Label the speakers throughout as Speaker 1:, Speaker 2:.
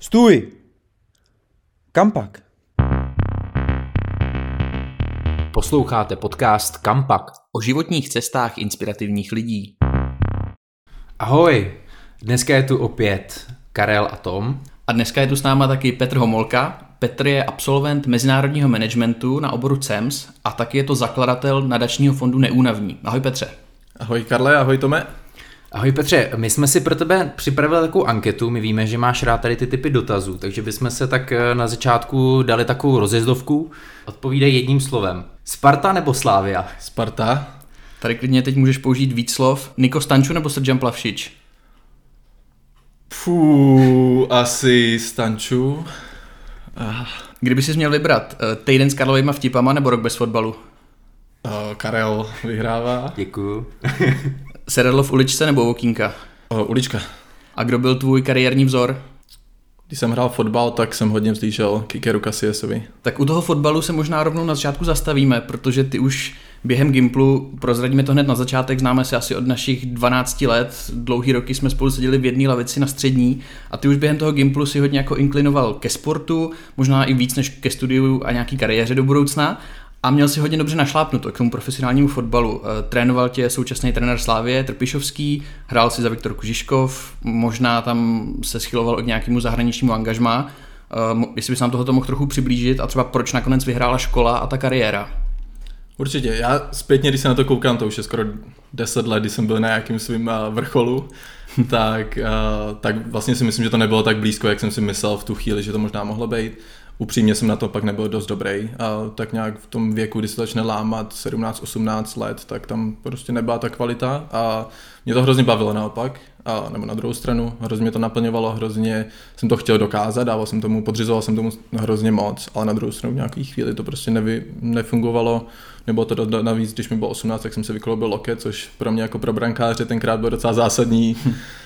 Speaker 1: Stůj! Kam pak?
Speaker 2: Posloucháte podcast Kampak
Speaker 3: o životních cestách inspirativních lidí.
Speaker 2: Ahoj, dneska je tu opět Karel a Tom.
Speaker 3: A dneska je tu s náma taky Petr Homolka. Petr je absolvent mezinárodního managementu na oboru CEMS a taky je to zakladatel nadačního fondu Neúnavní. Ahoj Petře.
Speaker 4: Ahoj Karle, ahoj Tome.
Speaker 2: Ahoj Petře, my jsme si pro tebe připravili takovou anketu, my víme, že máš rád tady ty typy dotazů, takže bychom se tak na začátku dali takovou rozjezdovku. Odpovídej jedním slovem. Sparta nebo Slavia?
Speaker 4: Sparta.
Speaker 3: Tady klidně teď můžeš použít víc slov. Niko Stanču nebo Srdjan Plavšič?
Speaker 4: Asi Stanču.
Speaker 3: Kdyby jsi měl vybrat týden s Karlovýma vtipama nebo rok bez fotbalu?
Speaker 4: Karel vyhrává.
Speaker 2: Děkuju.
Speaker 3: Sedadlo v uličce nebo okýnka?
Speaker 4: Ulička.
Speaker 3: A kdo byl tvůj kariérní vzor?
Speaker 4: Když jsem hrál fotbal, tak jsem hodně vzlížel k Ikeru Casillesovi.
Speaker 3: Tak u toho fotbalu se možná rovnou na začátku zastavíme, protože ty už během Gimplu, prozradíme to hned na začátek, známe se asi od našich 12 let, dlouhý roky jsme spolu seděli v jedné lavici na střední a ty už během toho Gimplu si hodně jako inklinoval ke sportu, možná i víc než ke studiu a nějaký kariéře do budoucna. A měl si hodně dobře našlápnuto k tomu profesionálnímu fotbalu. Trénoval tě současný trenér Slavie Trpišovský, hrál si za Viktor Kužiškov, možná tam se schyloval k nějakému zahraničnímu angažmá. Jestli bys nám tohoto mohl trochu přiblížit a třeba proč nakonec vyhrála škola a ta kariéra?
Speaker 4: Určitě, já zpětně, když se na to koukám, to už je skoro 10 let, když jsem byl na nějakým svým vrcholu, tak vlastně si myslím, že to nebylo tak blízko, jak jsem si myslel v tu chvíli, že to možná mohlo být. Upřímně jsem na to pak nebyl dost dobrý a tak nějak v tom věku, kdy se začne lámat 17-18 let, tak tam prostě nebyla ta kvalita a mě to hrozně bavilo naopak, nebo na druhou stranu, hrozně mě to naplňovalo, hrozně jsem to chtěl dokázat, podřizoval jsem tomu hrozně moc, ale na druhou stranu v nějaký chvíli to prostě nefungovalo, nebo to navíc, když mi bylo 18, tak jsem se vykloubil loket, což pro mě jako pro brankáře tenkrát bylo docela zásadní,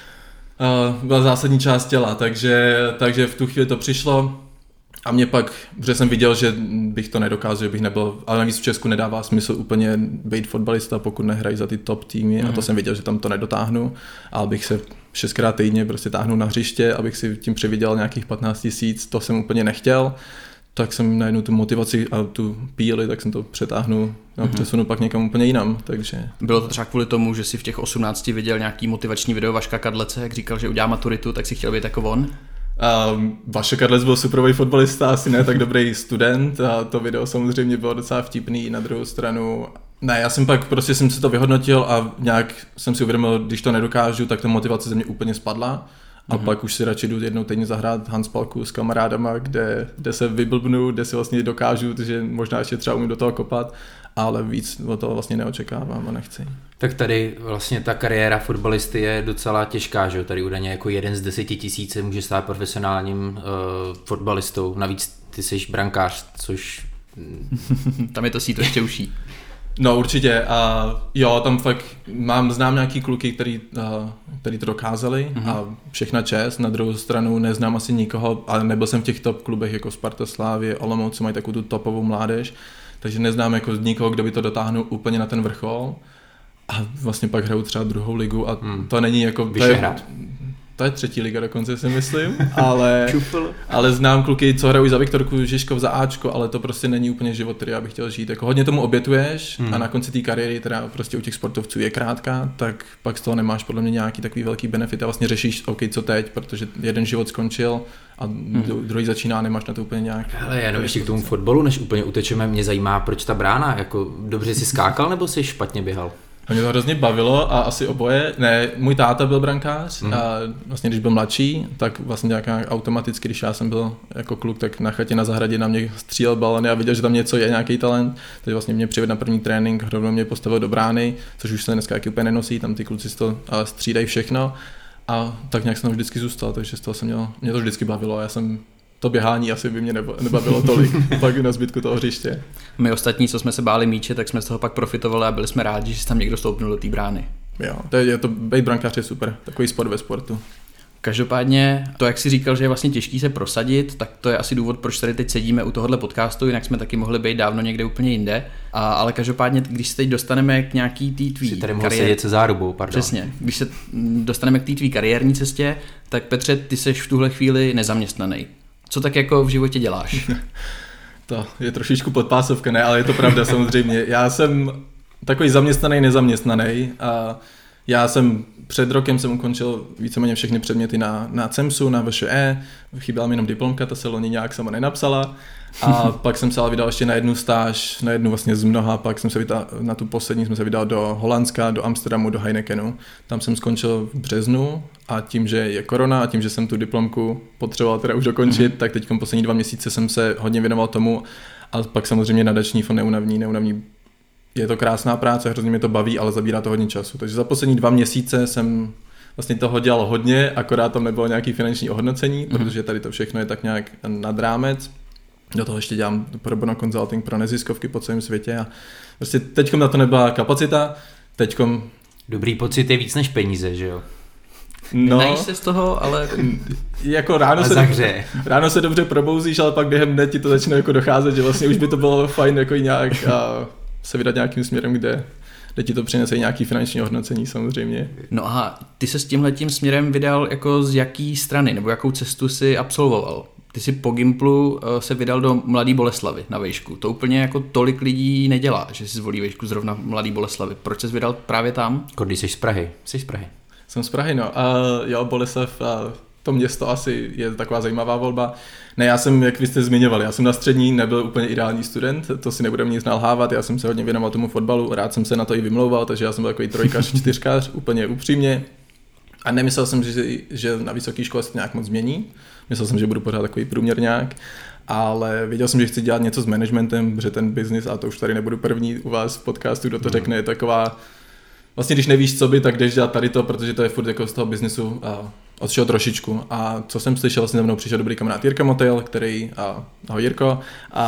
Speaker 4: byla zásadní část těla, takže v tu chvíli to přišlo. A mě pak, protože jsem viděl, že bych to nedokázal, že bych nebyl, ale navíc v Česku nedává smysl úplně být fotbalista, pokud nehrají za ty top týmy a to jsem viděl, že tam to nedotáhnu, ale bych se 6krát týdně prostě táhnul na hřiště, abych si tím přivydělal nějakých 15 000, to jsem úplně nechtěl, tak jsem najednou tu motivaci a tu píli, tak jsem to přetáhnul a přesunu pak někam úplně jinam, takže...
Speaker 3: Bylo to třeba kvůli tomu, že si v těch 18 viděl nějaký motivační video Vaška Kadlece, jak říkal, že udělá maturitu, tak si chtěl být jako on?
Speaker 4: Vašek Kadlec byl superový fotbalista, asi ne tak dobrý student a to video samozřejmě bylo docela vtipný. Na druhou stranu, ne, já jsem pak prostě jsem si to vyhodnotil a nějak jsem si uvědomil, když to nedokážu, tak ta motivace ze mě úplně spadla a pak už si radši jdu jednou týdně zahrát handspalku s kamarádama, kde se vyblbnu, kde si vlastně dokážu, že možná ještě třeba umím do toho kopat, ale víc o toho vlastně neočekávám a nechci.
Speaker 2: Tak tady vlastně ta kariéra fotbalisty je docela těžká, že jo? Tady údajně jako 1 z 10 000 může stát profesionálním fotbalistou. Navíc ty jsi brankář, což...
Speaker 3: Tam je to síto ještě uší.
Speaker 4: No určitě a jo, tam fakt znám nějaký kluky, který to dokázali a všechna čest, na druhou stranu neznám asi nikoho, ale nebyl jsem v těch top klubech jako Sparta, Slavie, Olomouc, co mají takovou tu topovou mládež, takže neznám jako nikoho, kdo by to dotáhnul úplně na ten vrchol a vlastně pak hrajou třeba druhou ligu a to není jako... To je 3. liga dokonce si myslím, ale znám kluky, co hrajou za Viktorku Žižkov za Ačko, ale to prostě není úplně život, který já bych chtěl žít. Jako hodně tomu obětuješ a na konci té kariéry, která prostě u těch sportovců je krátká, tak pak z toho nemáš podle mě nějaký takový velký benefit a vlastně řešíš, OK, co teď, protože jeden život skončil a druhý začíná a nemáš na to úplně nějak.
Speaker 2: Ale jenom ještě k tomu fotbalu, než úplně utečeme, mě zajímá, proč ta brána, jako dobře jsi skákal nebo jsi špatně běhal?
Speaker 4: A mě to hrozně bavilo a asi oboje. Ne, můj táta byl brankář a vlastně když byl mladší, tak vlastně nějak automaticky, když já jsem byl jako kluk, tak na chatě na zahradě na mě střílel balony a viděl, že tam něco je, nějaký talent. Takže vlastně mě přivedl na první trénink, rovnou mě postavil do brány, což už se dneska taky úplně nenosí, tam ty kluci si to střídají všechno. A tak nějak jsem tam vždycky zůstal, takže z toho mě to vždycky bavilo. Já jsem to běhání asi by mě nebavilo tolik, pak na zbytku toho hřiště.
Speaker 3: My ostatní, co jsme se báli míče, tak jsme z toho pak profitovali a byli jsme rádi, že tam někdo stoupnul do té brány.
Speaker 4: Jo, být brankář je super, takový sport ve sportu.
Speaker 3: Každopádně to, jak jsi říkal, že je vlastně těžký se prosadit, tak to je asi důvod, proč tady teď sedíme u tohohle podcastu, jinak jsme taky mohli být dávno někde úplně jinde. Ale každopádně, když se teď dostaneme k nějaký té tvý
Speaker 2: tady mohl sedět se zárubou, pardon.
Speaker 3: Přesně, když se dostaneme k té tvý kariérní cestě, tak Petře, ty seš v tuhle chvíli nezaměstnaný. Co tak jako v životě děláš?
Speaker 4: To je trošičku podpásovka, ne, ale je to pravda samozřejmě. Já jsem takový zaměstnaný, nezaměstnaný a před rokem jsem ukončil víceméně všechny předměty na CEMSu, na VŠE, chyběla mi jenom diplomka, ta se loni nějak sama nenapsala a pak jsem se ale vydal ještě na jednu stáž, na jednu vlastně z mnoha, pak jsem se vydal, na tu poslední jsem se vydal do Holandska, do Amsterdamu, do Heinekenu, tam jsem skončil v březnu a tím, že je korona a tím, že jsem tu diplomku potřeboval teda už dokončit, tak teď poslední 2 měsíce jsem se hodně věnoval tomu a pak samozřejmě nadační fond Neunavní. Je to krásná práce, hrozně mě to baví, ale zabírá to hodně času. Takže za poslední 2 měsíce jsem vlastně toho dělal hodně, akorát tam nebylo nějaký finanční ohodnocení, protože tady to všechno je tak nějak nad rámec. Do toho ještě dělám pro bono consulting pro neziskovky po celém světě a prostě teďkom na to nebyla kapacita, teďkom...
Speaker 2: Dobrý pocit je víc než peníze, že jo?
Speaker 3: No, nenajíš se z toho, ale...
Speaker 4: Jako ráno se dobře probouzíš, ale pak během dne ti to začne jako docházet, že vlastně už by to bylo fajn jako nějak se vydat nějakým směrem, kde ti to přinese nějaký finanční hodnocení samozřejmě.
Speaker 3: No a ty se s tímhletím směrem vydal jako z jaký strany, nebo jakou cestu si absolvoval? Ty si po Gimplu se vydal do Mladé Boleslavi na vejšku. To úplně jako tolik lidí nedělá, že si zvolí vejšku zrovna Mladé Boleslavi. Proč jsi vydal právě tam?
Speaker 2: Když jsi z Prahy. Jsi z Prahy.
Speaker 4: Jsem z Prahy, no. Jo, Boleslav, to město asi je taková zajímavá volba. Ne, já jsem, jak vy jste zmiňovali, já jsem na střední nebyl úplně ideální student, to si nebudeme nic nalhávat, já jsem se hodně věnoval tomu fotbalu, rád jsem se na to i vymlouval, takže já jsem byl takový trojkař, čtyřkař, úplně upřímně. A nemyslel jsem, že na vysoké škole se nějak moc změní, myslel jsem, že budu pořád takový průměrňák, ale věděl jsem, že chci dělat něco s managementem, protože ten biznis, a to už tady nebudu první u vás v podcastu, kdo to řekne, je taková, vlastně když nevíš, co by, tak jdeš dělat tady to, protože to je furt jako z toho biznisu odšel trošičku. A co jsem slyšel, vlastně za mnou přišel dobrý kamarád Jirka Motel, ahoj Jirko,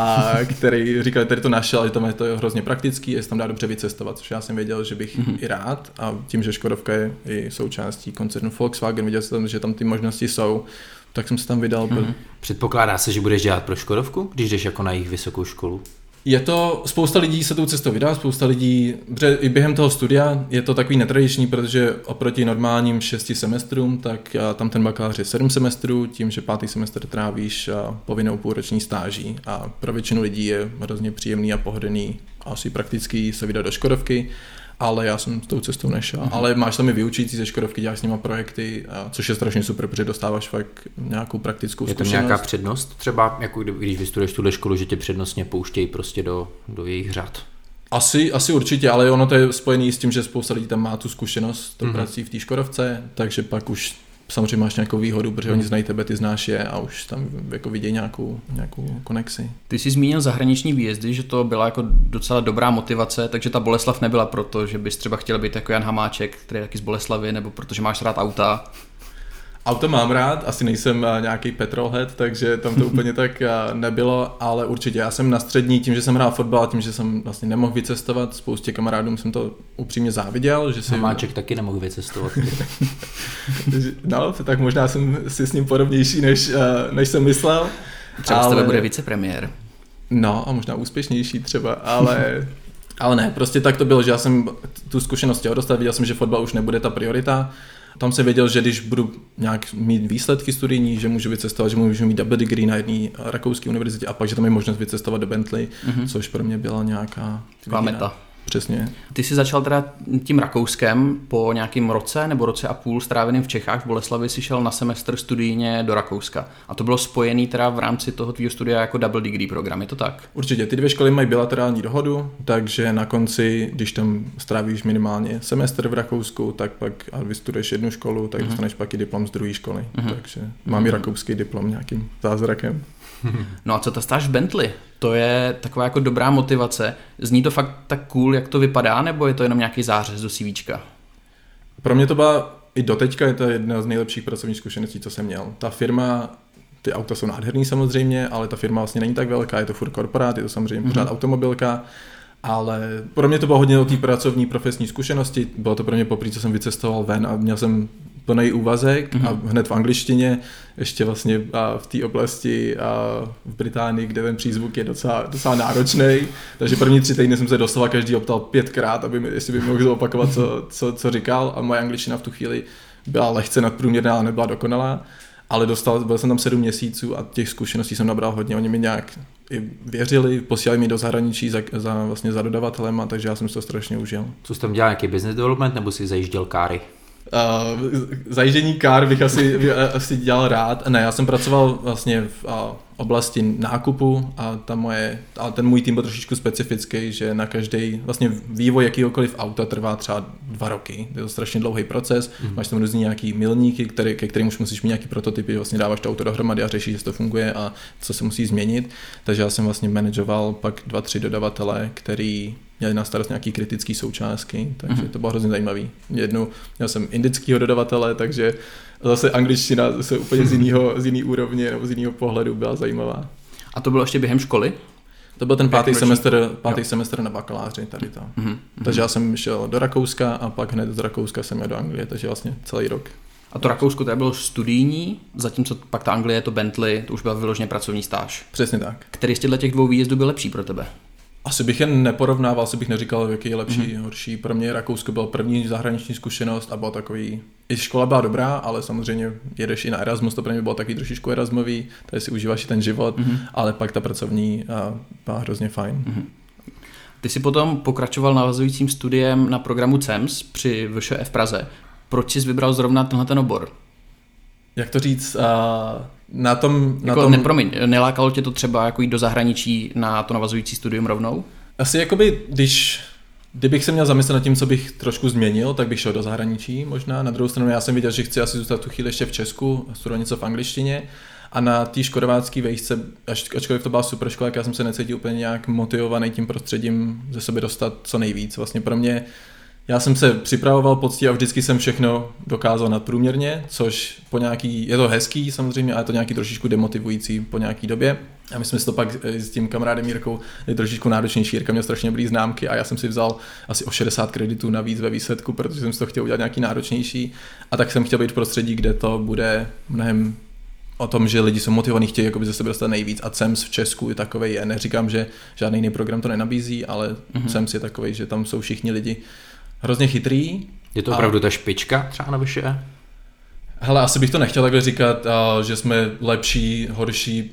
Speaker 4: který říkal, že tady to našel, ale tam je to hrozně praktický, je se tam dá dobře vycestovat, což já jsem věděl, že bych i rád, a tím, že Škodovka je i součástí koncernu Volkswagen, viděl jsem, že tam ty možnosti jsou, tak jsem se tam vydal.
Speaker 2: Předpokládá se, že budeš dělat pro Škodovku, když jdeš jako na jejich vysokou školu?
Speaker 4: Je to, spousta lidí se tou cestou vydá, spousta lidí, protože i během toho studia je to takový netradiční, protože oproti normálním 6 semestrům, tak tam ten bakalář je 7 semestrů, tím, že 5. semestr trávíš povinnou půlroční stáží a pro většinu lidí je hrozně příjemný a pohodlný a asi praktický se vydat do Škodovky, ale já jsem s tou cestou nešel. Ale máš tam i vyučující ze Škodovky, děláš s nima projekty, což je strašně super, protože dostáváš fakt nějakou praktickou zkušenost.
Speaker 2: Je tam nějaká přednost třeba, jako když vystuduješ tuhle školu, že tě přednostně pouštějí prostě do jejich řad?
Speaker 4: Asi určitě, ale ono to je spojený s tím, že spousta lidí tam má tu zkušenost s tou prací v té Škodovce, takže pak už samozřejmě máš nějakou výhodu, protože oni znají tebe, ty znáš je a už tam jako vidějí nějakou konexi.
Speaker 3: Ty jsi zmínil zahraniční výjezdy, že to byla jako docela dobrá motivace, takže ta Boleslav nebyla proto, že bys třeba chtěl být jako Jan Hamáček, který je taky z Boleslavy, nebo protože máš rád auta.
Speaker 4: Auto mám rád, asi nejsem nějaký petrolhead, takže tam to úplně tak nebylo, ale určitě já jsem na střední, tím, že jsem hrál fotbal, tím, že jsem vlastně nemohl vycestovat, spoustě kamarádům jsem to upřímně záviděl. Že
Speaker 2: Hamáček taky nemohl vycestovat.
Speaker 4: No, tak možná jsem si s ním podobnější, než jsem myslel.
Speaker 3: Třeba z tebe bude vicepremiér.
Speaker 4: No a možná úspěšnější třeba, ale ne, prostě tak to bylo, že já jsem tu zkušenost chtěl dostat, viděl jsem, že fotbal už nebude ta priorita. Tam jsem věděl, že když budu nějak mít výsledky studijní, že můžu vycestovat, že můžu mít double degree na jedné rakouské univerzitě a pak, že tam je možnost vycestovat do Bentley, což pro mě byla nějaká
Speaker 3: meta.
Speaker 4: Přesně.
Speaker 3: Ty jsi začal teda tím Rakouskem po nějakým roce nebo roce a půl stráveným v Čechách, v Boleslavi si šel na semestr studijně do Rakouska. A to bylo spojený teda v rámci toho tvýho studia jako double degree program, je to tak?
Speaker 4: Určitě, ty 2 školy mají bilaterální dohodu, takže na konci, když tam strávíš minimálně semestr v Rakousku, tak pak vystuduješ jednu školu, tak dostaneš pak i diplom z druhé školy. Takže mám i rakouský diplom nějakým zázrakem.
Speaker 3: No a co ta stáž v Bentley? To je taková jako dobrá motivace. Zní to fakt tak cool, jak to vypadá, nebo je to jenom nějaký zářez do CVčka?
Speaker 4: Pro mě to byla, i doteďka je to jedna z nejlepších pracovních zkušeností, co jsem měl. Ta firma, ty auta jsou nádherný samozřejmě, ale ta firma vlastně není tak velká, je to furt korporát, je to samozřejmě pořád automobilka, ale pro mě to bylo hodně o té pracovní profesní zkušenosti, bylo to pro mě poprvé, co jsem vycestoval ven a měl jsem plný úvazek a hned v angličtině, ještě vlastně v té oblasti v Británii, kde ten přízvuk je docela náročný. Takže první 3 týdny jsem se doslova každý optal 5krát, jestli by mohl opakovat, co říkal, a moje angličtina v tu chvíli byla lehce nadprůměrná, ale nebyla dokonalá. Ale byl jsem tam 7 měsíců a těch zkušeností jsem nabral hodně. Oni mi nějak i věřili, posílali mi do zahraničí za dodavatelema, takže já jsem si to strašně užil.
Speaker 2: Co jsi tam dělal, nějaký business development, nebo si zajížděl káry?
Speaker 4: Zajíždění kár bych asi dělal rád. Ne, já jsem pracoval vlastně v oblasti nákupu a ten můj tým byl trošičku specifický, že na každý vlastně vývoj jakýhokoliv auta trvá třeba 2 roky. Je to strašně dlouhý proces, máš tam různý nějaký milníky, ke kterým už musíš mít nějaký prototypy, vlastně dáváš to auto dohromady a řešíš, že to funguje a co se musí změnit. Takže já jsem vlastně manažoval pak 2-3 dodavatele, který měli na starost nějaký kritický součástky, takže to bylo hrozně zajímavý. Já jsem indickýho dodavatele, takže zase angličtina se úplně z jiný úrovně nebo z jiného pohledu byla zajímavá.
Speaker 3: A to bylo ještě během školy?
Speaker 4: To byl ten pátý semestr na bakaláři tady to. Takže já jsem šel do Rakouska a pak hned z Rakouska jsem jel do Anglie, takže vlastně celý rok.
Speaker 3: A to Rakousko to bylo studijní, zatímco pak ta Anglie, to Bentley, to už byla vyloženě pracovní stáž.
Speaker 4: Přesně tak.
Speaker 3: Který z těch 2 výjezdů byl lepší pro tebe?
Speaker 4: Asi bych jen neporovnával, asi bych neříkal, jaký je lepší, horší. Pro mě Rakousko byla první zahraniční zkušenost a bylo takový, i škola byla dobrá, ale samozřejmě jedeš i na Erasmus, to pro mě bylo taky trošičku Erasmový, tady si užíváš i ten život, ale pak ta pracovní byla hrozně fajn.
Speaker 3: Ty jsi potom pokračoval navazujícím studiem na programu CEMS při VŠE v Praze. Proč jsi vybral zrovna tenhle obor?
Speaker 4: Jak to říct,
Speaker 3: nelákalo tě to třeba jako jít do zahraničí na to navazující studium rovnou?
Speaker 4: Asi jakoby, kdybych se měl zamyslet nad tím, co bych trošku změnil, tak bych šel do zahraničí možná. Na druhou stranu já jsem viděl, že chci asi zůstat tu chvíli ještě v Česku, studovat něco v angličtině. A na té škodovácké vejšce, ačkoliv to byla super škola, já jsem se necítil úplně nějak motivovaný tím prostředím ze sebe dostat co nejvíc. Vlastně pro mě, já jsem se připravoval poctivě a vždycky jsem všechno dokázal nadprůměrně, což je to hezký samozřejmě, ale je to nějaký trošičku demotivující po nějaký době. A my jsme si to pak s tím kamarádem Jirkou je trošičku náročnější. Jirka měl strašně dobrý známky a já jsem si vzal asi o 60 kreditů navíc ve výsledku, protože jsem si to chtěl udělat nějaký náročnější. A tak jsem chtěl být v prostředí, kde to bude mnohem o tom, že lidi jsou motivovaní, chtějí jakoby ze sebe dostat nejvíc. A CEMS v Česku je takovej. Já neříkám, že žádný jiný program to nenabízí, ale CEMS je takovej, že tam jsou všichni lidi hrozně chytrý.
Speaker 2: Je to opravdu ta špička třeba na VŠE?
Speaker 4: Hele, asi bych to nechtěl takhle říkat, že jsme lepší, horší.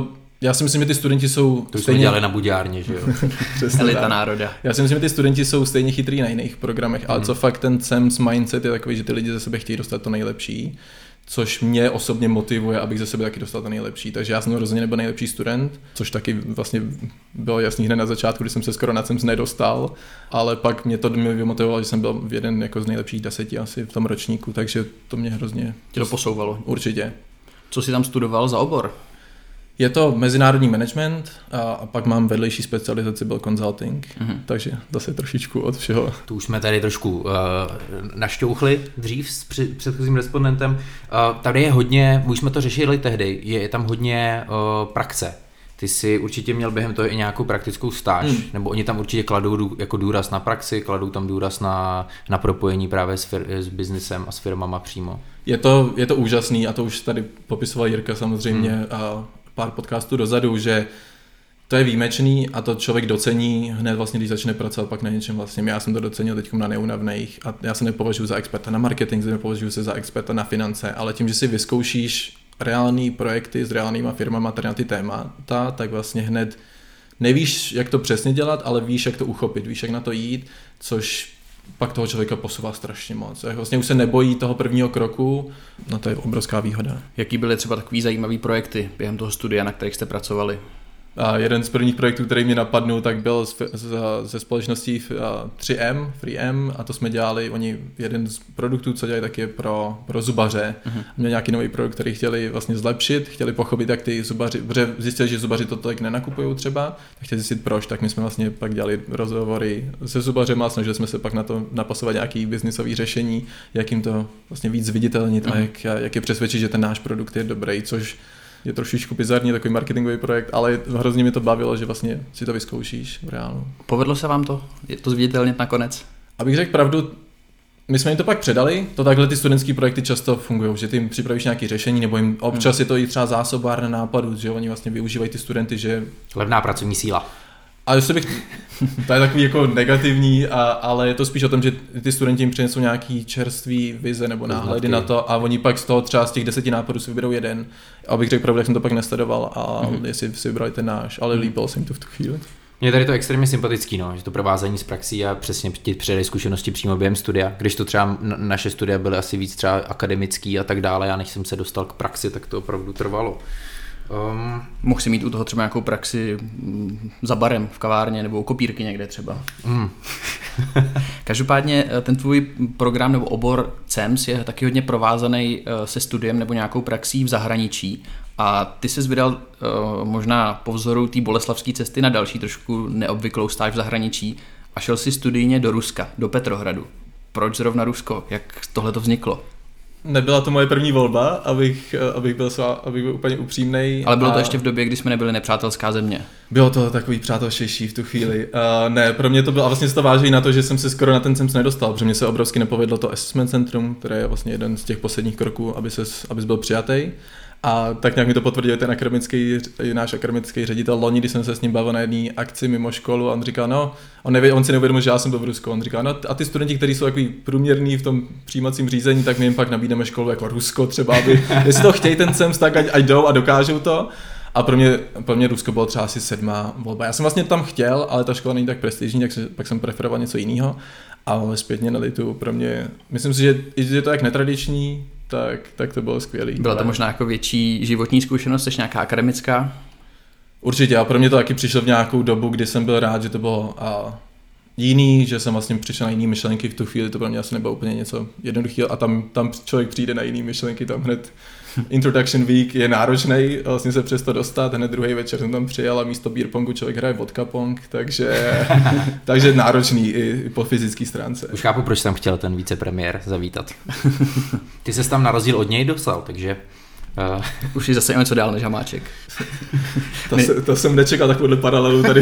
Speaker 4: Já si myslím, že ty studenti jsou
Speaker 2: to jsme dělali na buďárně, že jo?
Speaker 3: Elita národa.
Speaker 4: Já si myslím, že ty studenti jsou stejně chytrý na jiných programech, ale co fakt ten CEMS mindset je takový, že ty lidi ze sebe chtějí dostat to nejlepší, což mě osobně motivuje, abych ze sebe taky dostal to nejlepší. Takže já jsem rozhodně nebyl nejlepší student, což taky vlastně bylo jasný hned na začátku, kdy jsem se skoro na CEMS nedostal, ale pak mě to vymotivovalo, že jsem byl jeden jako z nejlepších 10 asi v tom ročníku, takže to mě hrozně
Speaker 3: tě to posouvalo.
Speaker 4: Určitě.
Speaker 3: Co jsi tam studoval za obor?
Speaker 4: Je to mezinárodní management a pak mám vedlejší specializaci, byl consulting, takže zase trošičku od všeho.
Speaker 2: Tu už jsme tady trošku našťouchli dřív s předchozím respondentem. Tady je hodně, už jsme to řešili tehdy, je tam hodně praxe. Ty jsi určitě měl během toho i nějakou praktickou stáž, nebo oni tam určitě kladou jako důraz na praxi, kladou tam důraz na propojení právě s biznesem a s firmama přímo.
Speaker 4: Je to úžasný a to už tady popisoval Jirka samozřejmě pár podcastů dozadu, že to je výjimečný a to člověk docení hned vlastně, když začne pracovat pak na něčem vlastně. Já jsem to docenil teď na Neúnavných a já se nepovažuji za experta na marketing, nepovažuji se za experta na finance, ale tím, že si vyzkoušíš reální projekty s reálnýma firmama tady na ty témata, tak vlastně hned nevíš, jak to přesně dělat, ale víš, jak to uchopit, víš, jak na to jít, což pak toho člověka posouvá strašně moc. Vlastně už se nebojí toho prvního kroku, no to je obrovská výhoda.
Speaker 3: Jaký byly třeba takový zajímavý projekty během toho studia, na kterých jste pracovali?
Speaker 4: A jeden z prvních projektů, který mě napadnul, tak byl ze společností 3M, Free-M, a to jsme dělali, jeden z produktů, co dělají, tak je pro zubaře. Měli nějaký nový produkt, který chtěli vlastně zlepšit, chtěli pochopit, jak ty zubaři, protože zjistili, že zubaři to tolik nenakupují třeba, tak chtěli zjistit proč, tak my jsme vlastně pak dělali rozhovory se zubařem a snažili jsme se pak na to napasovat nějaký biznisový řešení, jak jim to vlastně víc viditelnit a jak je přesvědčit, že ten náš produkt je dobrý, což je trošičku bizarní takový marketingový projekt, ale hrozně mi to bavilo, že vlastně si to vyzkoušíš v reálu.
Speaker 3: Povedlo se vám to? Je to zviditelnit nakonec?
Speaker 4: Abych řekl pravdu, My jsme jim to pak předali, to takhle ty studentské projekty často fungují, že ty jim připravíš nějaké řešení, nebo jim občas je to i třeba zásobárna nápadů, že oni vlastně využívají ty studenty, že...
Speaker 2: Levná pracovní síla.
Speaker 4: A jestli bych, to je takový jako negativní, ale je to spíš o tom, že ty studenti jim přinesou nějaký čerstvý vize nebo náhledy na to a oni pak z toho třeba z těch 10 nápadů si vyberou jeden. Abych řekl pravdu, jak jsem to pak nesledoval a jestli si vybrali ten náš, ale líbilo se jim to v tu chvíli.
Speaker 2: Mně tady to extrémně sympatický, no, že to provázání z praxí a přesně ti předají zkušenosti přímo během studia. Když to třeba naše studia byly asi víc třeba akademický a tak dále, já než jsem se dostal k praxi, tak to opravdu trvalo.
Speaker 3: Mohl si mít u toho třeba nějakou praxi za barem v kavárně nebo u kopírky někde třeba. Každopádně ten tvůj program nebo obor CEMS je taky hodně provázaný se studiem nebo nějakou praxí v zahraničí. A ty ses vydal možná po vzoru té boleslavské cesty na další trošku neobvyklou stáž v zahraničí a šel si studijně do Ruska, do Petrohradu. Proč zrovna Rusko? Jak tohle to vzniklo?
Speaker 4: Nebyla to moje první volba, abych byl úplně upřímnej.
Speaker 3: Ale bylo to ještě v době, kdy jsme nebyli nepřátelská země.
Speaker 4: Bylo to takový přátelštější v tu chvíli. Ne, pro mě to bylo, a vlastně se to váží na to, že jsem se skoro na ten CEMS nedostal, protože mě se obrovsky nepovedlo to assessment centrum, které je vlastně jeden z těch posledních kroků, abys byl přijatý. A tak nějak mi to potvrdil ten náš akademický ředitel loni, když jsem se s ním bavil na jedné akci mimo školu a on říkal, on si neuvědomil, že já jsem byl v Rusku. On říkal, a ty studenti, kteří jsou takový průměrný v tom přijímacím řízení, tak my jim pak nabídneme školu jako Rusko třeba, jestli to chtějí ten CEMS, tak ať jdou a dokážou to. A pro mě Rusko bylo třeba asi 7. volba. Já jsem vlastně tam chtěl, ale ta škola není tak prestižní, tak pak jsem preferoval něco jiného. Ale zpětně nelitu pro mě, myslím si, že je to jak netradiční, tak to bylo skvělý.
Speaker 3: Byla to možná jako větší životní zkušenost, než nějaká akademická?
Speaker 4: Určitě, a pro mě to taky přišlo v nějakou dobu, kdy jsem byl rád, že to bylo jiný, že jsem vlastně přišel na jiný myšlenky v tu chvíli, to pro mě asi nebylo úplně něco jednoduchého a tam člověk přijde na jiný myšlenky, tam hned Introduction Week je náročný, vlastně se přes to dostat, hned druhý večer jsem tam přijel a místo beer pongu člověk hraje vodka pong, takže náročný i po fyzické stránce.
Speaker 2: Už chápu, proč jsem chtěl ten vicepremiér zavítat. Ty ses tam na rozdíl od něj dostal, takže...
Speaker 3: Už je zase něco dál než Hamáček.
Speaker 4: To jsem nečekal takovouhle paralelu tady.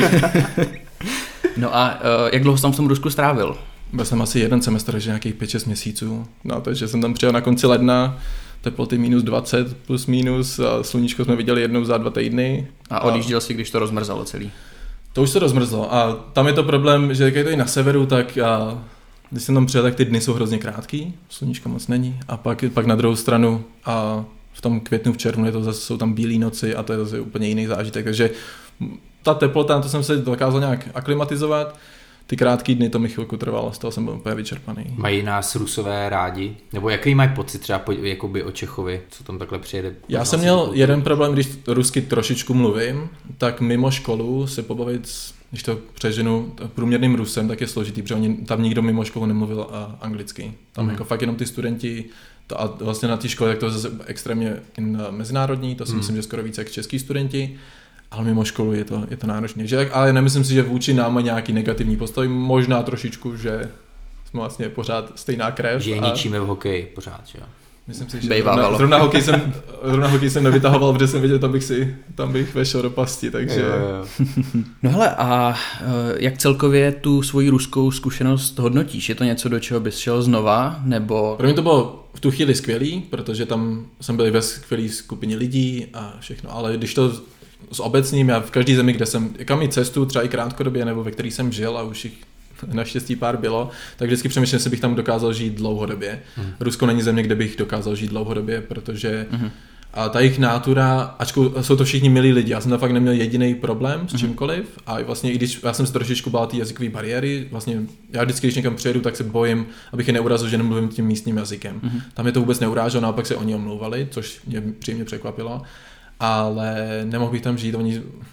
Speaker 3: No a jak dlouho jsi tam v tom Rusku strávil?
Speaker 4: Byl jsem asi jeden semestr, že nějakých 5-6 měsíců, takže jsem tam přijel na konci ledna, teploty -20 plus minus a sluníčko jsme viděli jednou za 2 týdny.
Speaker 3: A odjížděl si, když to rozmrzalo celý?
Speaker 4: To už se rozmrzlo a tam je to problém, že jak je to i na severu, tak když jsem tam přijel, tak ty dny jsou hrozně krátký, sluníčko moc není a pak na druhou stranu a v tom květnu, v červnu jsou tam bílé noci a to je zase úplně jiný zážitek, takže ta teplota, to jsem se dokázal nějak aklimatizovat. Ty krátký dny to mi chvilku trvalo, z toho jsem byl úplně vyčerpaný. Mají
Speaker 2: nás Rusové rádi? Nebo jaký mají pocit třeba jakoby o Čechovi, co tam takhle přijede?
Speaker 4: Já jsem měl jeden problém, když rusky trošičku mluvím, tak mimo školu se pobavit, když to přeženu průměrným Rusem, tak je složitý, protože tam nikdo mimo školu nemluvil anglicky. Tam jako fakt jenom ty studenti, a vlastně na té škole tak to je zase extrémně mezinárodní, to si myslím, že skoro více jak český studenti. Ale mimo školu je to náročné. Ale nemyslím si, že vůči nám má nějaký negativní postoj. Možná trošičku, že jsme vlastně pořád stejná krev.
Speaker 2: Že ničíme v hokeji pořád, že jo?
Speaker 4: Myslím si, že zrovna hokej jsem nevytahoval, protože jsem věděl, tam bych vešel do pasti, takže...
Speaker 3: No hele, a jak celkově tu svoji ruskou zkušenost hodnotíš? Je to něco, do čeho bys šel znova, nebo...
Speaker 4: Pro mě to bylo v tu chvíli skvělý, protože tam jsem byl ve skvělý skupině lidí a všechno, ale když to s obecním, já v každé zemi, kde jsem, kam i cestu, třeba i krátkodobě, nebo ve který jsem žil a už jich naštěstí pár bylo, tak vždycky přemýšlím, jestli bych tam dokázal žít dlouhodobě. Rusko není země, kde bych dokázal žít dlouhodobě, protože a ta jejich nátura, ačkoliv jsou to všichni milí lidi, já jsem tam fakt neměl jediný problém s čímkoliv a vlastně i když já jsem se trošičku bál té jazykové bariéry, vlastně já vždycky, když někam přijedu, tak se bojím, abych je neurazil, že nemluvím tím místním jazykem. Tam je to vůbec neuráželo, naopak se oni omlouvali, což mě příjemně překvapilo. Ale nemohl bych tam žít,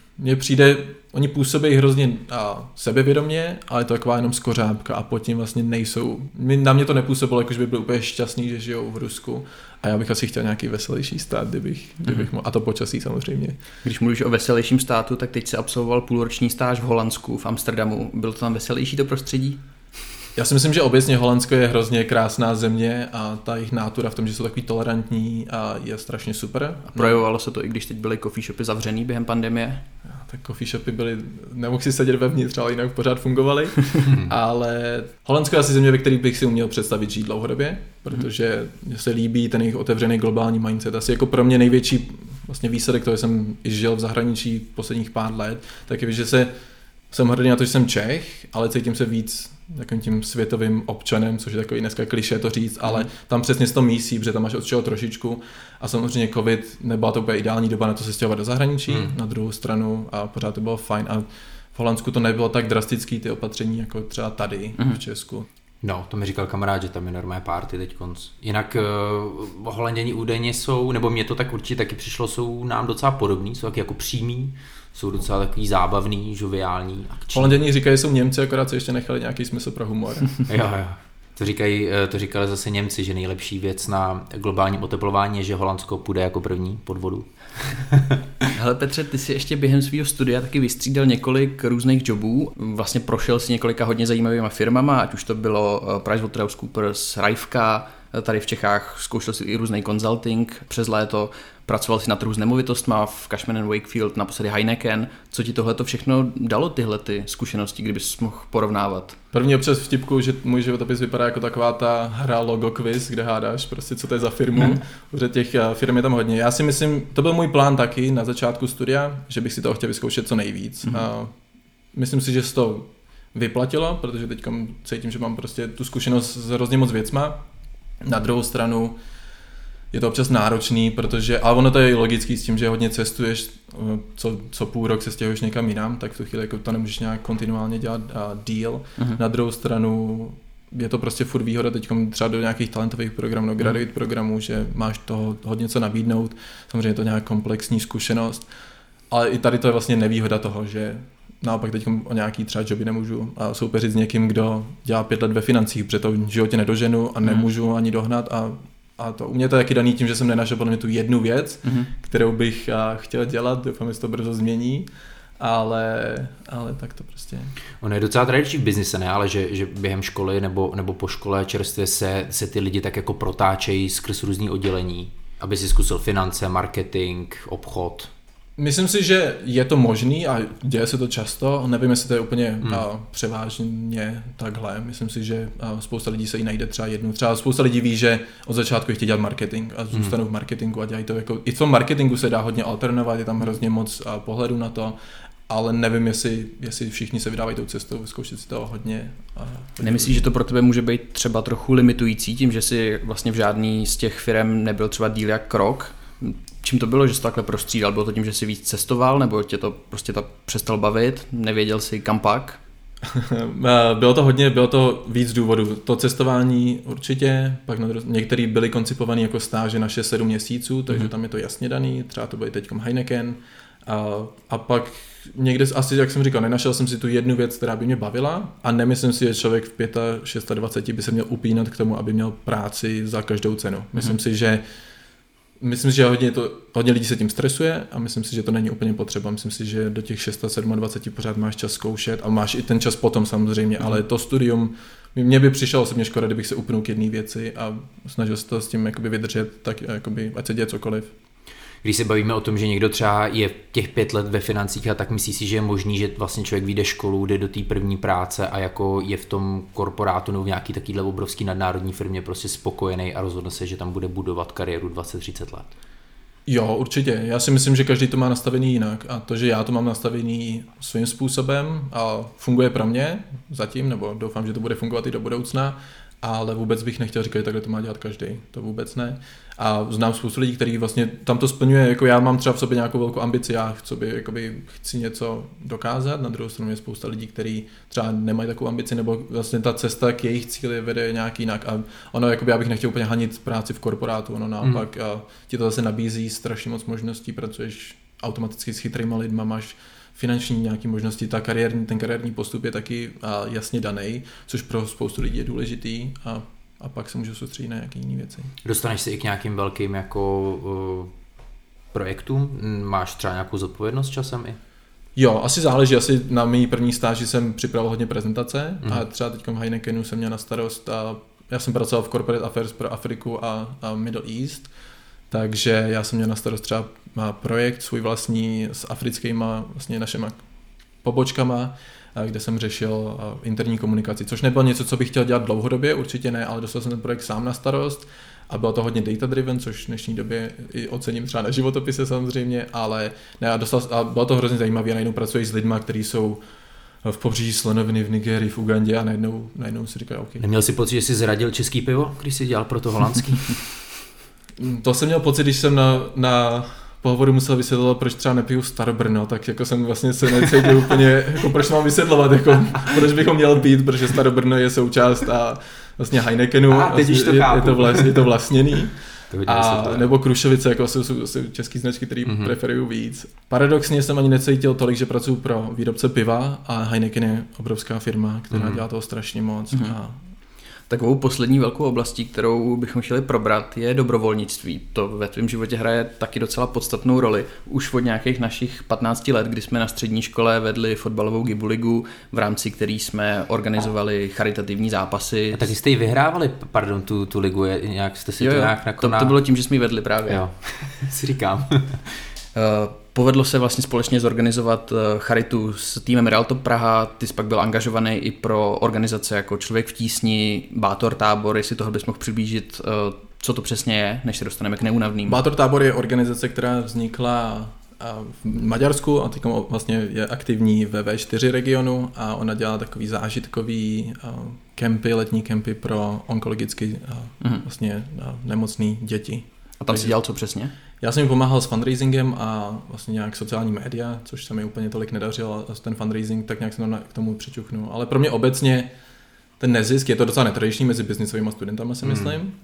Speaker 4: oni působí hrozně sebevědomě, ale je to taková jenom skořápka a pod tím vlastně nejsou, na mě to nepůsobilo, jako že by byl úplně šťastný, že žijou v Rusku a já bych asi chtěl nějaký veselější stát, kdybych mohl, a to počasí samozřejmě.
Speaker 3: Když mluvíš o veselějším státu, tak teď si absolvoval půlroční stáž v Holandsku, v Amsterdamu, bylo to tam veselější to prostředí?
Speaker 4: Já si myslím, že obecně Holandsko je hrozně krásná země a ta jejich nátura v tom, že jsou takový tolerantní a je strašně super.
Speaker 3: A projevovalo se to, i když teď byly coffee shopy zavřený během pandemie?
Speaker 4: Tak coffee shopy byly, nemohl si sedět vevnitř, ale jinak pořád fungovaly. Ale Holandsko je asi země, ve které bych si uměl představit žít dlouhodobě, protože mě se líbí ten jejich otevřený globální mindset. Asi jako pro mě největší vlastně výsledek toho, že jsem i žil v zahraničí posledních pár let, tak je, že jsem hrdý na to, že jsem Čech, ale cítím se víc takovým tím světovým občanem, což je takový dneska klišé to říct, ale tam přesně se to mísí, protože tam máš od čeho trošičku a samozřejmě covid nebyla to úplně ideální doba na to se stěhovat do zahraničí, na druhou stranu a pořád to bylo fajn a v Holandsku to nebylo tak drastický ty opatření jako třeba tady v Česku.
Speaker 2: No, to mi říkal kamarád, že tam je normální party teďkonc. Jinak Holanděni údajně jsou, nebo mě to tak určitě taky přišlo, jsou nám docela podobný, jsou taky jako přímý, jsou docela takový zábavný, žoviální, akční.
Speaker 4: Holanděni říkají, že jsou Němci, akorát se ještě nechali nějaký smysl pro humor.
Speaker 2: Jo. To říkali zase Němci, že nejlepší věc na globálním oteplování je, že Holandsko půjde jako první pod vodu.
Speaker 3: Hele Petře, ty si ještě během svého studia taky vystřídal několik různých jobů. Vlastně prošel si několika hodně zajímavýma firmama, ať už to bylo PricewaterhouseCoopers, Rajvka, tady v Čechách zkoušel si i různý consulting přes léto, pracoval si na trhu s nemovitostma v Cushman & Wakefield, naposledy Heineken. Co ti tohleto všechno dalo, tyhle ty zkušenosti, kdybys mohl porovnávat?
Speaker 4: První občas vtipku, že můj životopis vypadá jako taková ta hra Logo Quiz, kde hádáš prostě, co to je za firmu, protože těch firm je tam hodně. Já si myslím, to byl můj plán taky na začátku studia, že bych si toho chtěl vyzkoušet co nejvíc. A myslím si, že se to vyplatilo, protože teď cítím, že mám prostě tu zkušenost s hrozně moc věcma. Na druhou stranu je to občas náročný, protože, ale ono to je logický s tím, že hodně cestuješ, co půl rok se stěhuješ někam jinam, tak v tu chvíli jako to nemůžeš nějak kontinuálně dělat deal. Na druhou stranu je to prostě furt výhoda teď třeba do nějakých talentových programů, graduate programů, že máš toho hodně co nabídnout, samozřejmě je to nějaká komplexní zkušenost, ale i tady to je vlastně nevýhoda toho, že naopak teď o nějaký třeba joby nemůžu soupeřit s někým, kdo dělá 5 let ve financích, protože to v životě nedoženu a nemůžu ani dohnat a to u mě to je taky daný tím, že jsem nenašel podle mě tu jednu věc, kterou bych chtěl dělat, doufám, že se to brzo změní, ale tak to prostě.
Speaker 2: Ono je docela tradiční v biznise, ne? Ale že během školy nebo po škole čerstvě se ty lidi tak jako protáčejí skrz různý oddělení, aby si zkusil finance, marketing, obchod.
Speaker 4: Myslím si, že je to možný a děje se to často. Nevím, jestli to je úplně převážně takhle. Myslím si, že spousta lidí se jí najde třeba jednu. Třeba spousta lidí ví, že od začátku chtějí dělat marketing a zůstanou v marketingu a dělají to jako... I v tom marketingu se dá hodně alternovat, je tam hrozně moc pohledu na to, ale nevím, jestli všichni se vydávají tou cestou, zkoušet si toho hodně.
Speaker 3: Nemyslíš, že to pro tebe může být třeba trochu limitující tím, že si vlastně v žádný z těch firm nebyl třeba díl jak krok? Čím to bylo, že jsi to takhle prostřídal? Bylo to tím, že jsi víc cestoval, nebo tě to prostě přestal bavit? Nevěděl jsi kam pak?
Speaker 4: Bylo to víc důvodů. To cestování určitě, pak některý byly koncipovaný jako stáže na 6-7 měsíců, takže tam je to jasně daný, třeba to byly teďkom Heineken. A pak někde asi, jak jsem říkal, nenašel jsem si tu jednu věc, která by mě bavila a nemyslím si, že člověk v 25 by se měl upínat k tomu, aby měl práci za každou cenu. Myslím si, že hodně lidí se tím stresuje a myslím si, že to není úplně potřeba. Myslím si, že do těch 26-27 pořád máš čas zkoušet a máš i ten čas potom samozřejmě, ale to studium, mně by přišlo osobně škoda, kdybych se upnul k jedné věci a snažil se to s tím jakoby vydržet, tak jakoby, ať se děje cokoliv.
Speaker 2: Když se bavíme o tom, že někdo třeba je těch 5 let ve financích a tak myslí si, že je možný, že vlastně člověk vyjde školu, jde do té první práce a jako je v tom korporátu nebo v nějaký takovýhle obrovský nadnárodní firmě prostě spokojený a rozhodne se, že tam bude budovat kariéru 20-30 let.
Speaker 4: Jo, určitě. Já si myslím, že každý to má nastavený jinak a to, že já to mám nastavený svým způsobem a funguje pro mě zatím, nebo doufám, že to bude fungovat i do budoucna, ale vůbec bych nechtěl říkat, že takhle to má dělat každý. To vůbec ne. A znám spoustu lidí, kteří vlastně tam to splňuje, jako já mám třeba v sobě nějakou velkou ambici, já chci něco dokázat, na druhou stranu je spousta lidí, kteří třeba nemají takovou ambici, nebo vlastně ta cesta k jejich cíli vede nějak jinak. A ono, jakoby, já bych nechtěl úplně hanit práci v korporátu, ono naopak ti to zase nabízí strašně moc možností, pracuješ automaticky s chytrýma lidma, máš finanční nějaké možnosti, ten kariérní postup je taky jasně daný, což pro spoustu lidí je důležitý a pak se můžu soustředit na nějaké jiné věci.
Speaker 2: Dostaneš se i k nějakým velkým jako projektům? Máš třeba nějakou zodpovědnost časem i?
Speaker 4: Jo, asi záleží, asi na mý první stáži jsem připravil hodně prezentace a třeba teď v Heinekenu jsem měl na starost a já jsem pracoval v Corporate Affairs pro Afriku a Middle East, takže já jsem měl na starost třeba projekt svůj vlastní s africkýma vlastně našima pobočkama, kde jsem řešil interní komunikaci, což nebylo něco, co bych chtěl dělat dlouhodobě, určitě ne, ale dostal jsem ten projekt sám na starost a bylo to hodně data-driven, což v dnešní době i ocením třeba na životopise samozřejmě, ale ne, a bylo to hrozně zajímavé a najednou pracuji s lidma, kteří jsou v pobřeží slonoviny v Nigerii, v Ugandě a najednou si říkají OK.
Speaker 2: Neměl jsi pocit, že jsi zradil český pivo, když jsi dělal pro to holandský?
Speaker 4: To jsem měl pocit, když jsem na pohovoru musel vysvětlovat, proč třeba nepiju Starobrno, tak jako jsem vlastně se necítil úplně, jako proč mám vysvětlovat, jako proč bychom měl pít, protože Starobrno je součást a vlastně Heinekenu, vlastně je to vlastněný. A nebo Krušovice, jako jsou český značky, které preferují víc. Paradoxně jsem ani necítil tolik, že pracuji pro výrobce piva a Heineken je obrovská firma, která dělá toho strašně moc.
Speaker 3: Takovou poslední velkou oblastí, kterou bychom chtěli probrat, je dobrovolnictví. To ve tvém životě hraje taky docela podstatnou roli. Už od nějakých našich 15 let, kdy jsme na střední škole vedli fotbalovou Gibuligu, v rámci který jsme organizovali charitativní zápasy.
Speaker 2: A taky jste ji vyhrávali, tu ligu, nějak jste si to nějak nakonal...
Speaker 3: To bylo tím, že jsme ji vedli právě.
Speaker 2: Jo, si říkám.
Speaker 3: Povedlo se vlastně společně zorganizovat charitu s týmem Realtop Praha, ty jsi pak byl angažovaný i pro organizace jako Člověk v tísni, Bátor tábor, jestli toho bys mohl přiblížit, co to přesně je, než se dostaneme k neúnavným.
Speaker 4: Bátor tábor je organizace, která vznikla v Maďarsku a teď vlastně je aktivní ve V4 regionu a ona dělá takový zážitkový kempy, letní kempy pro onkologicky vlastně nemocný děti.
Speaker 3: A tam si dělal co přesně?
Speaker 4: Já jsem jim pomáhal s fundraisingem a vlastně nějak sociální média, což se mi úplně tolik nedařilo a ten fundraising tak nějak jsem k tomu přičuchnul. Ale pro mě obecně ten nezisk je to docela netradiční mezi biznisovými studentama, si myslím.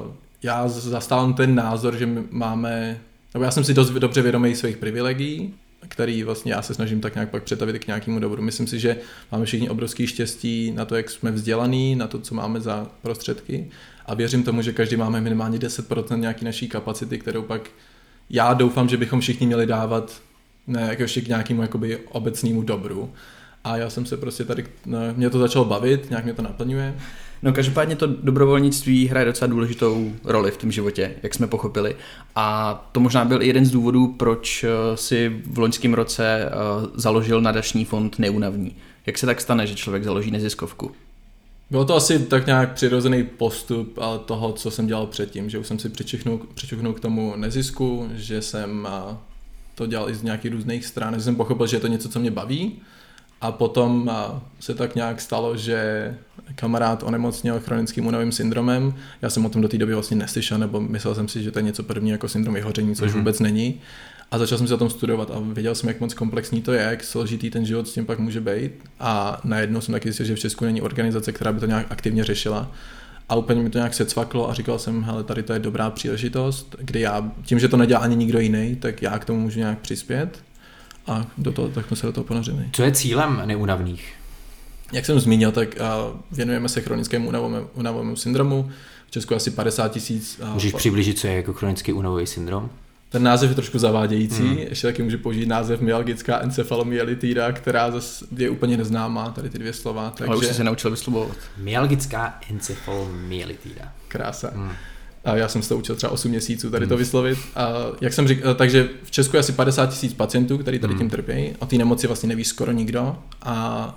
Speaker 4: Já zastávám ten názor, že máme, nebo já jsem si dost dobře vědomý svých privilegií, který vlastně já se snažím tak nějak pak přetavit k nějakému dobru. Myslím si, že máme všichni obrovský štěstí na to, jak jsme vzdělaný, na to, co máme za prostředky a věřím tomu, že každý máme minimálně 10% nějaký naší kapacity, kterou pak já doufám, že bychom všichni měli dávat ještě k nějakému jakoby obecnému dobru. A já jsem se prostě tady, mě to začalo bavit, nějak mě to naplňuje.
Speaker 3: No každopádně to dobrovolnictví hraje docela důležitou roli v tom životě, jak jsme pochopili. A to možná byl i jeden z důvodů, proč si v loňském roce založil nadační fond Neúnavní. Jak se tak stane, že člověk založí neziskovku?
Speaker 4: Bylo to asi tak nějak přirozený postup toho, co jsem dělal předtím, že už jsem si přičuchnul k tomu nezisku, že jsem to dělal i z nějakých různých stran, že jsem pochopil, že je to něco, co mě baví. A potom se tak nějak stalo, že kamarád onemocněl chronickým únavovým syndromem. Já jsem o tom do té doby vlastně neslyšel, nebo myslel jsem si, že to je něco první jako syndrom vyhoření, což vůbec není. A začal jsem se o tom studovat a věděl jsem, jak moc komplexní to je, jak složitý ten život s tím pak může být. A najednou jsem taky zjistil, že v Česku není organizace, která by to nějak aktivně řešila. A úplně mi to nějak secvaklo a říkal jsem, hele, tady to je dobrá příležitost, kdy já, tím, že to nedělá ani nikdo jiný, tak já k tomu můžu nějak přispět. A tak jsme se do toho ponořili.
Speaker 2: Co je cílem neúnavných?
Speaker 4: Jak jsem zmínil, tak věnujeme se chronickému únavovému syndromu. V Česku asi 50 000.
Speaker 2: Můžeš přiblížit, co je jako chronický únavový syndrom?
Speaker 4: Ten název je trošku zavádějící. Ještě taky můžu použít název myalgická encefalomyelitída, která zase je úplně neznámá, tady ty dvě slova. Takže...
Speaker 3: Ale už jsi se naučil vyslovovat.
Speaker 2: Myalgická encefalomyelitída.
Speaker 4: Krása. A já jsem se to učil třeba 8 měsíců tady to vyslovit. A jak jsem říkal, takže v Česku je asi 50 000 pacientů, kteří tady tím trpí. O té nemoci vlastně neví skoro nikdo. A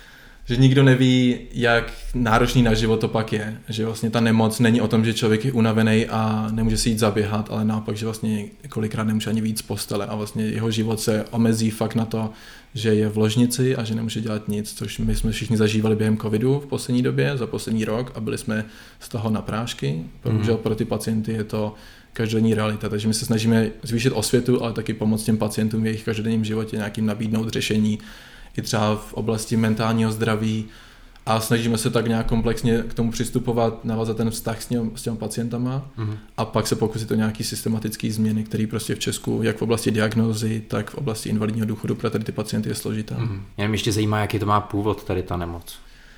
Speaker 4: že nikdo neví, jak náročný na život to pak je. Že vlastně ta nemoc není o tom, že člověk je unavený a nemůže si jít zaběhat, ale naopak, že vlastně kolikrát nemůže ani víc z postele a vlastně jeho život se omezí fakt na to, že je v ložnici a že nemůže dělat nic, což my jsme všichni zažívali během covidu v poslední době, za poslední rok a byli jsme z toho na prášky. Bohužel pro ty pacienty je to každodenní realita, takže my se snažíme zvýšit osvětu, ale taky pomoct těm pacientům v jejich každodenním životě nějakým nabídnout řešení i třeba v oblasti mentálního zdraví a snažíme se tak nějak komplexně k tomu přistupovat, navázat ten vztah s těmi pacientama a pak se pokusit o nějaký systematický změny, které prostě v Česku, jak v oblasti diagnózy, tak v oblasti invalidního důchodu pro tady ty pacienty je složitá.
Speaker 2: Mě ještě zajímá, jaký to má původ tady ta nemoc.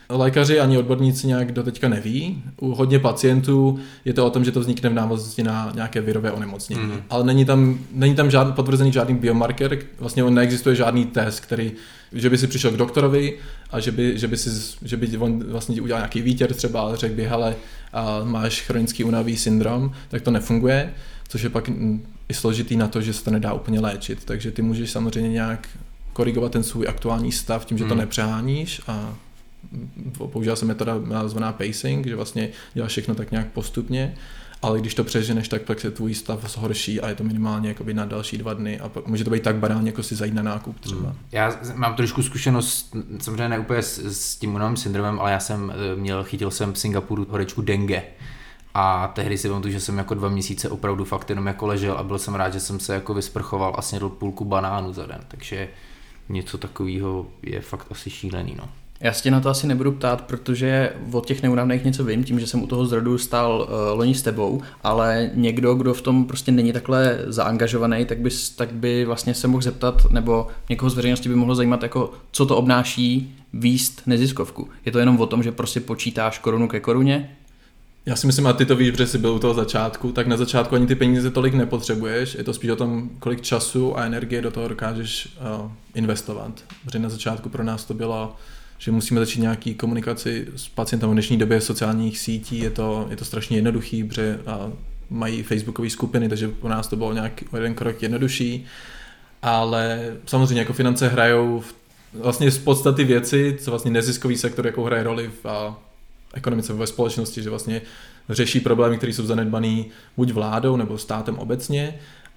Speaker 4: lékaři ani odborníci nějak doteďka neví. U hodně pacientů je to o tom, že to vznikne v návaznosti na nějaké virové onemocnění. Ale není tam potvrzený žádný biomarker, vlastně neexistuje žádný test, který, že by si přišel k doktorovi a že by on vlastně udělal nějaký výtěr třeba, ale řekl by, hele, máš chronický únavový syndrom, tak to nefunguje, což je pak i složitý na to, že se to nedá úplně léčit. Takže ty můžeš samozřejmě nějak korigovat ten svůj aktuální stav tím, že to nepřeháníš a používá se metoda nazvaná pacing, že vlastně děláš všechno tak nějak postupně, ale když to přeženeš, tak pak se tvůj stav zhorší a je to minimálně jakoby na další 2 dny a může to být tak banálně, jako si zajít na nákup třeba. Já
Speaker 2: mám trošku zkušenost, samozřejmě ne úplně s tím únavovým syndromem, ale chytil jsem v Singapuru horečku dengue. A tehdy si pamatuju, že jsem jako 2 měsíce opravdu fakt jenom jako ležel a byl jsem rád, že jsem se jako vysprchoval a snědl půlku banánu za den, takže něco takového je fakt asi šílený, no.
Speaker 3: Já se tě na to asi nebudu ptát, protože od těch neúnavných něco vím, tím, že jsem u toho zrodu stál loni s tebou, ale někdo, kdo v tom prostě není takhle zaangažovaný, tak by vlastně se mohl zeptat, nebo někoho z veřejnosti by mohlo zajímat, jako co to obnáší vést neziskovku. Je to jenom o tom, že prostě počítáš korunu ke koruně?
Speaker 4: Já si myslím, a ty to víš, protože jsi byl u toho začátku, tak na začátku ani ty peníze tolik nepotřebuješ, je to spíš o tom, kolik času a energie do toho dokážeš investovat. Protože na začátku pro nás to bylo, že musíme začít nějaký komunikaci s pacientem v dnešní době sociálních sítí, je to strašně jednoduchý, protože mají facebookové skupiny, takže pro nás to bylo nějak o jeden krok jednodušší, ale samozřejmě jako finance hrajou vlastně z podstaty věci, co vlastně neziskový sektor jako hraje roli v ekonomice ve společnosti, že vlastně řeší problémy, které jsou zanedbaný buď vládou nebo státem obecně,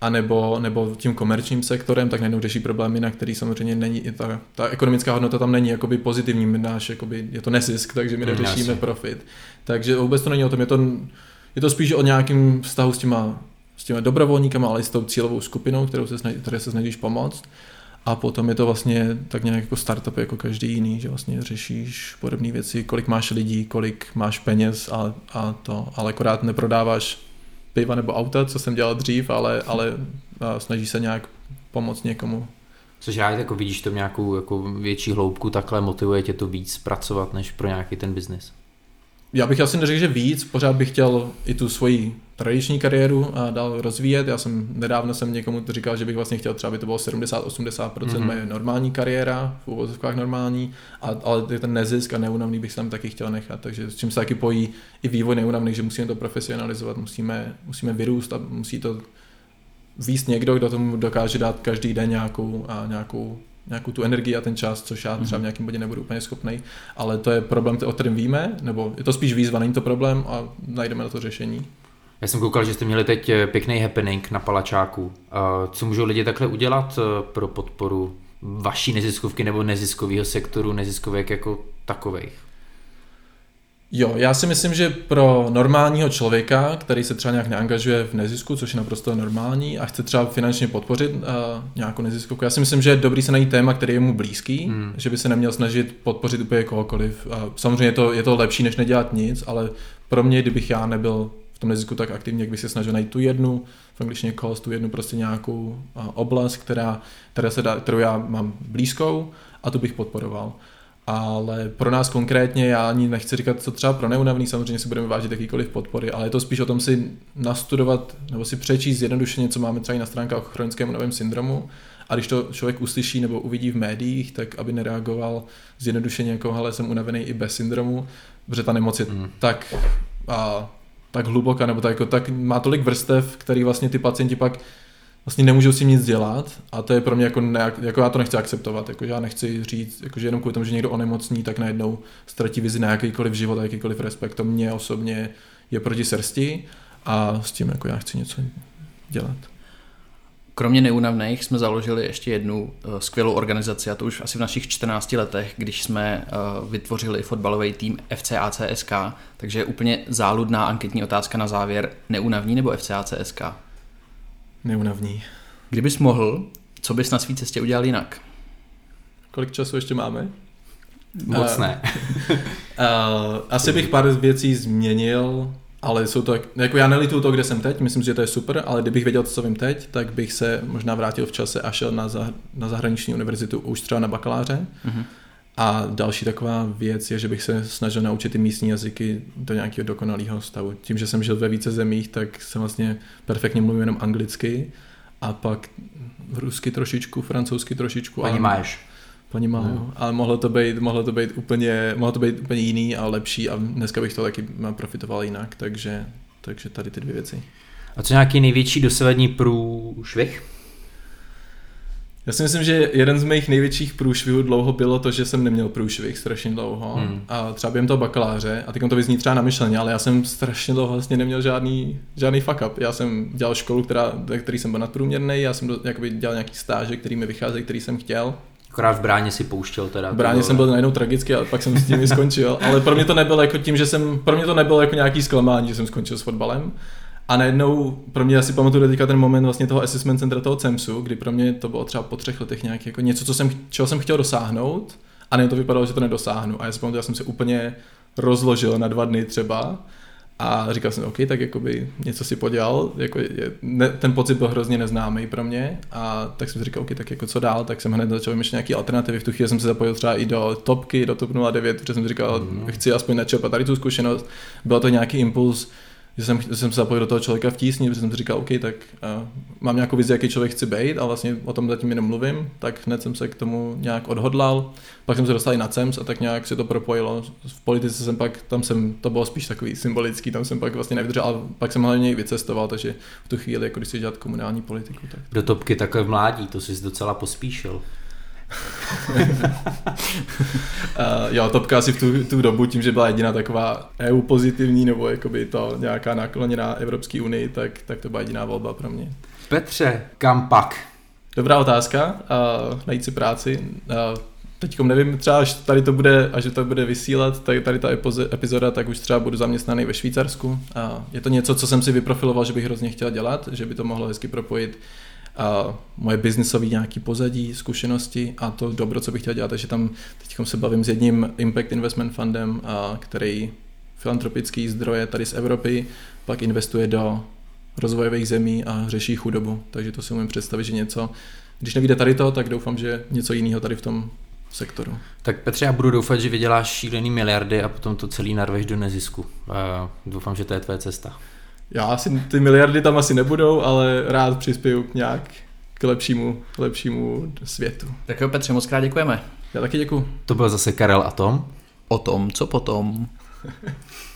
Speaker 4: nebo tím komerčním sektorem, tak najednou řeší problémy, na který samozřejmě není, ta ekonomická hodnota tam není jakoby pozitivní, je to nezisk, takže my neřešíme profit. Takže vůbec to není o tom, je to spíš o nějakém vztahu s těma dobrovolníkama, ale i s tou cílovou skupinou, které se snažíš pomoct. A potom je to vlastně tak nějak jako startup, jako každý jiný, že vlastně řešíš podobné věci, kolik máš lidí, kolik máš peněz ale akorát neprodáváš piva nebo auta, co jsem dělal dřív, ale snaží se nějak pomoct někomu.
Speaker 2: Což já jako vidíš to nějakou jako větší hloubku, takhle motivuje tě to víc pracovat, než pro nějaký ten biznis?
Speaker 4: Já bych asi neřekl, že víc, pořád bych chtěl i tu svoji tradiční kariéru dál rozvíjet. Nedávno jsem někomu říkal, že bych vlastně chtěl třeba, aby to bylo 70-80% moje normální kariéra, v úvozovkách normální, ale ten nezisk a neúnavný bych tam taky chtěl nechat, takže s čím se taky pojí i vývoj neúnavný, že musíme to profesionalizovat, musíme vyrůst a musí to víc někdo, kdo tomu dokáže dát každý den nějakou tu energii a ten čas, což já třeba v nějakém bodě nebudu úplně schopnej, ale to je problém, o kterém víme, nebo je to spíš výzva, není to problém a najdeme na to řešení.
Speaker 2: Já jsem koukal, že jste měli teď pěkný happening na Palačáku. Co můžou lidi takhle udělat pro podporu vaší neziskovky nebo neziskového sektoru, neziskovek jako takovejch?
Speaker 4: Jo, já si myslím, že pro normálního člověka, který se třeba nějak neangažuje v nezisku, což je naprosto normální a chce třeba finančně podpořit nějakou neziskovku, já si myslím, že je dobrý se najít téma, který je mu blízký, že by se neměl snažit podpořit úplně kohokoliv. Samozřejmě je to lepší, než nedělat nic, ale pro mě, kdybych já nebyl v tom nezisku tak aktivně, jak bych se snažil najít tu jednu, v angličtině cause, tu jednu prostě nějakou oblast, kterou já mám blízkou a tu bych podporoval. Ale pro nás konkrétně, já ani nechci říkat, co třeba pro neúnavný, samozřejmě si budeme vážit jakýkoliv podpory, ale je to spíš o tom si nastudovat nebo si přečíst zjednodušeně, co máme třeba i na stránkách o chronickém únavovém syndromu, a když to člověk uslyší nebo uvidí v médiích, tak aby nereagoval zjednodušeně jako, hele, jsem unavený i bez syndromu, protože ta nemoc je tak hluboká, nebo tak má tolik vrstev, který vlastně ty pacienti pak vlastně nemůžou si nic dělat a to je pro mě jako já to nechci akceptovat, jako já nechci říct, jako že jenom kvůli tomu, že někdo onemocní, tak najednou ztratí vizi na jakýkoliv život a jakýkoliv respekt. To mě osobně je proti srsti a s tím jako já chci něco dělat.
Speaker 3: Kromě neúnavných jsme založili ještě jednu skvělou organizaci, a to už asi v našich 14 letech, když jsme vytvořili fotbalový tým FCACSK, takže úplně záludná anketní otázka na závěr, neúnavní nebo FCACSK?
Speaker 4: Neúnavní.
Speaker 3: Kdybys mohl, co bys na svý cestě udělal jinak?
Speaker 4: Kolik času ještě máme?
Speaker 2: Moc ne.
Speaker 4: Asi bych pár věcí změnil, ale jsou to, jako já nelituju to, kde jsem teď, myslím, že to je super, ale kdybych věděl, co vím teď, tak bych se možná vrátil v čase a šel na zahraniční univerzitu už třeba na bakaláře. A další taková věc je, že bych se snažil naučit ty místní jazyky do nějakého dokonalého stavu. Tím, že jsem žil ve více zemích, tak jsem vlastně perfektně mluvil jenom anglicky a pak rusky trošičku, francouzsky trošičku. Paní Máju. Ale mohlo to být úplně jiný a lepší a dneska bych to taky profitoval jinak, takže tady ty dvě věci.
Speaker 2: A co nějaký největší dosavadní průšvih?
Speaker 4: Já si myslím, že jeden z mých největších průšvihů dlouho bylo to, že jsem neměl průšvih strašně dlouho. A třeba během toho bakaláře, a teď to vyzní třeba namyšleně, ale já jsem strašně dlouho vlastně neměl žádný fuck up. Já jsem dělal školu, který jsem byl nadprůměrný, já jsem jakoby dělal nějaký stáže, který mi vycházejí, který jsem chtěl.
Speaker 2: Akorát v bráně si pouštěl teda.
Speaker 4: V bráně jsem byl najednou tragický a pak jsem s tím i skončil. Ale pro mě to nebylo jako tím, pro mě to nebylo jako nějaký zklamání, že jsem skončil s fotbalem. A najednou, pro mě asi pamatuju teďka ten moment vlastně toho assessment centra toho CEMSu, kdy pro mě to bylo třeba po 3 letech nějaký jako něco, čeho jsem chtěl dosáhnout a ne to vypadalo, že to nedosáhnu. A já si pamatuju, já jsem se úplně rozložil na 2 dny třeba a říkal jsem, OK, tak jakoby něco si podělal, jako ten pocit byl hrozně neznámý pro mě a tak jsem si říkal, OK, tak jako co dál, tak jsem hned začal vymýšlet nějaké alternativy. V tu chvíli jsem se zapojil třeba i do topky, do TOP 09, protože jsem si říkal, chci aspoň načerpat tady tu zkušenost. Byl to nějaký impuls, že jsem se zapojil do toho člověka v tísni, protože jsem si říkal, OK, tak mám nějakou vizi, jaký člověk chci být a vlastně o tom zatím jenom mluvím, tak hned jsem se k tomu nějak odhodlal. Pak jsem se dostal i na CEMS a tak nějak se to propojilo. V politice jsem pak, to bylo spíš takový symbolický, tam jsem pak vlastně nevydržel, ale pak jsem hlavně i vycestoval, takže v tu chvíli, jako když si dělat komunální politiku. Tak...
Speaker 2: Do topky takhle v mládí, to jsi docela pospíšil.
Speaker 4: Jo, topka asi v tu dobu, tím, že byla jediná taková EU pozitivní, nebo jakoby to nějaká nakloněná Evropské unii, tak to byla jediná volba pro mě.
Speaker 2: Petře, kam pak?
Speaker 4: Dobrá otázka, najít si práci. Teďkom nevím, třeba až to bude vysílat, tady ta epizoda, tak už třeba budu zaměstnaný ve Švýcarsku. Je to něco, co jsem si vyprofiloval, že bych hrozně chtěl dělat, že by to mohlo hezky propojit moje biznisové nějaké pozadí, zkušenosti a to dobro, co bych chtěl dělat. Takže tam teď se bavím s jedním Impact Investment Fundem, který filantropický zdroje tady z Evropy pak investuje do rozvojových zemí a řeší chudobu. Takže to si umím představit, že něco, když nevíde tady to, tak doufám, že něco jiného tady v tom sektoru.
Speaker 2: Tak Petře, já budu doufat, že vyděláš šílený miliardy a potom to celý narveš do nezisku. Doufám, že to je tvoje cesta.
Speaker 4: Já asi ty miliardy tam asi nebudou, ale rád přispěju k lepšímu světu.
Speaker 3: Tak jo, Petře, moc krát děkujeme.
Speaker 4: Já taky děkuju.
Speaker 2: To byl zase Karel a Tom.
Speaker 3: O tom, co potom.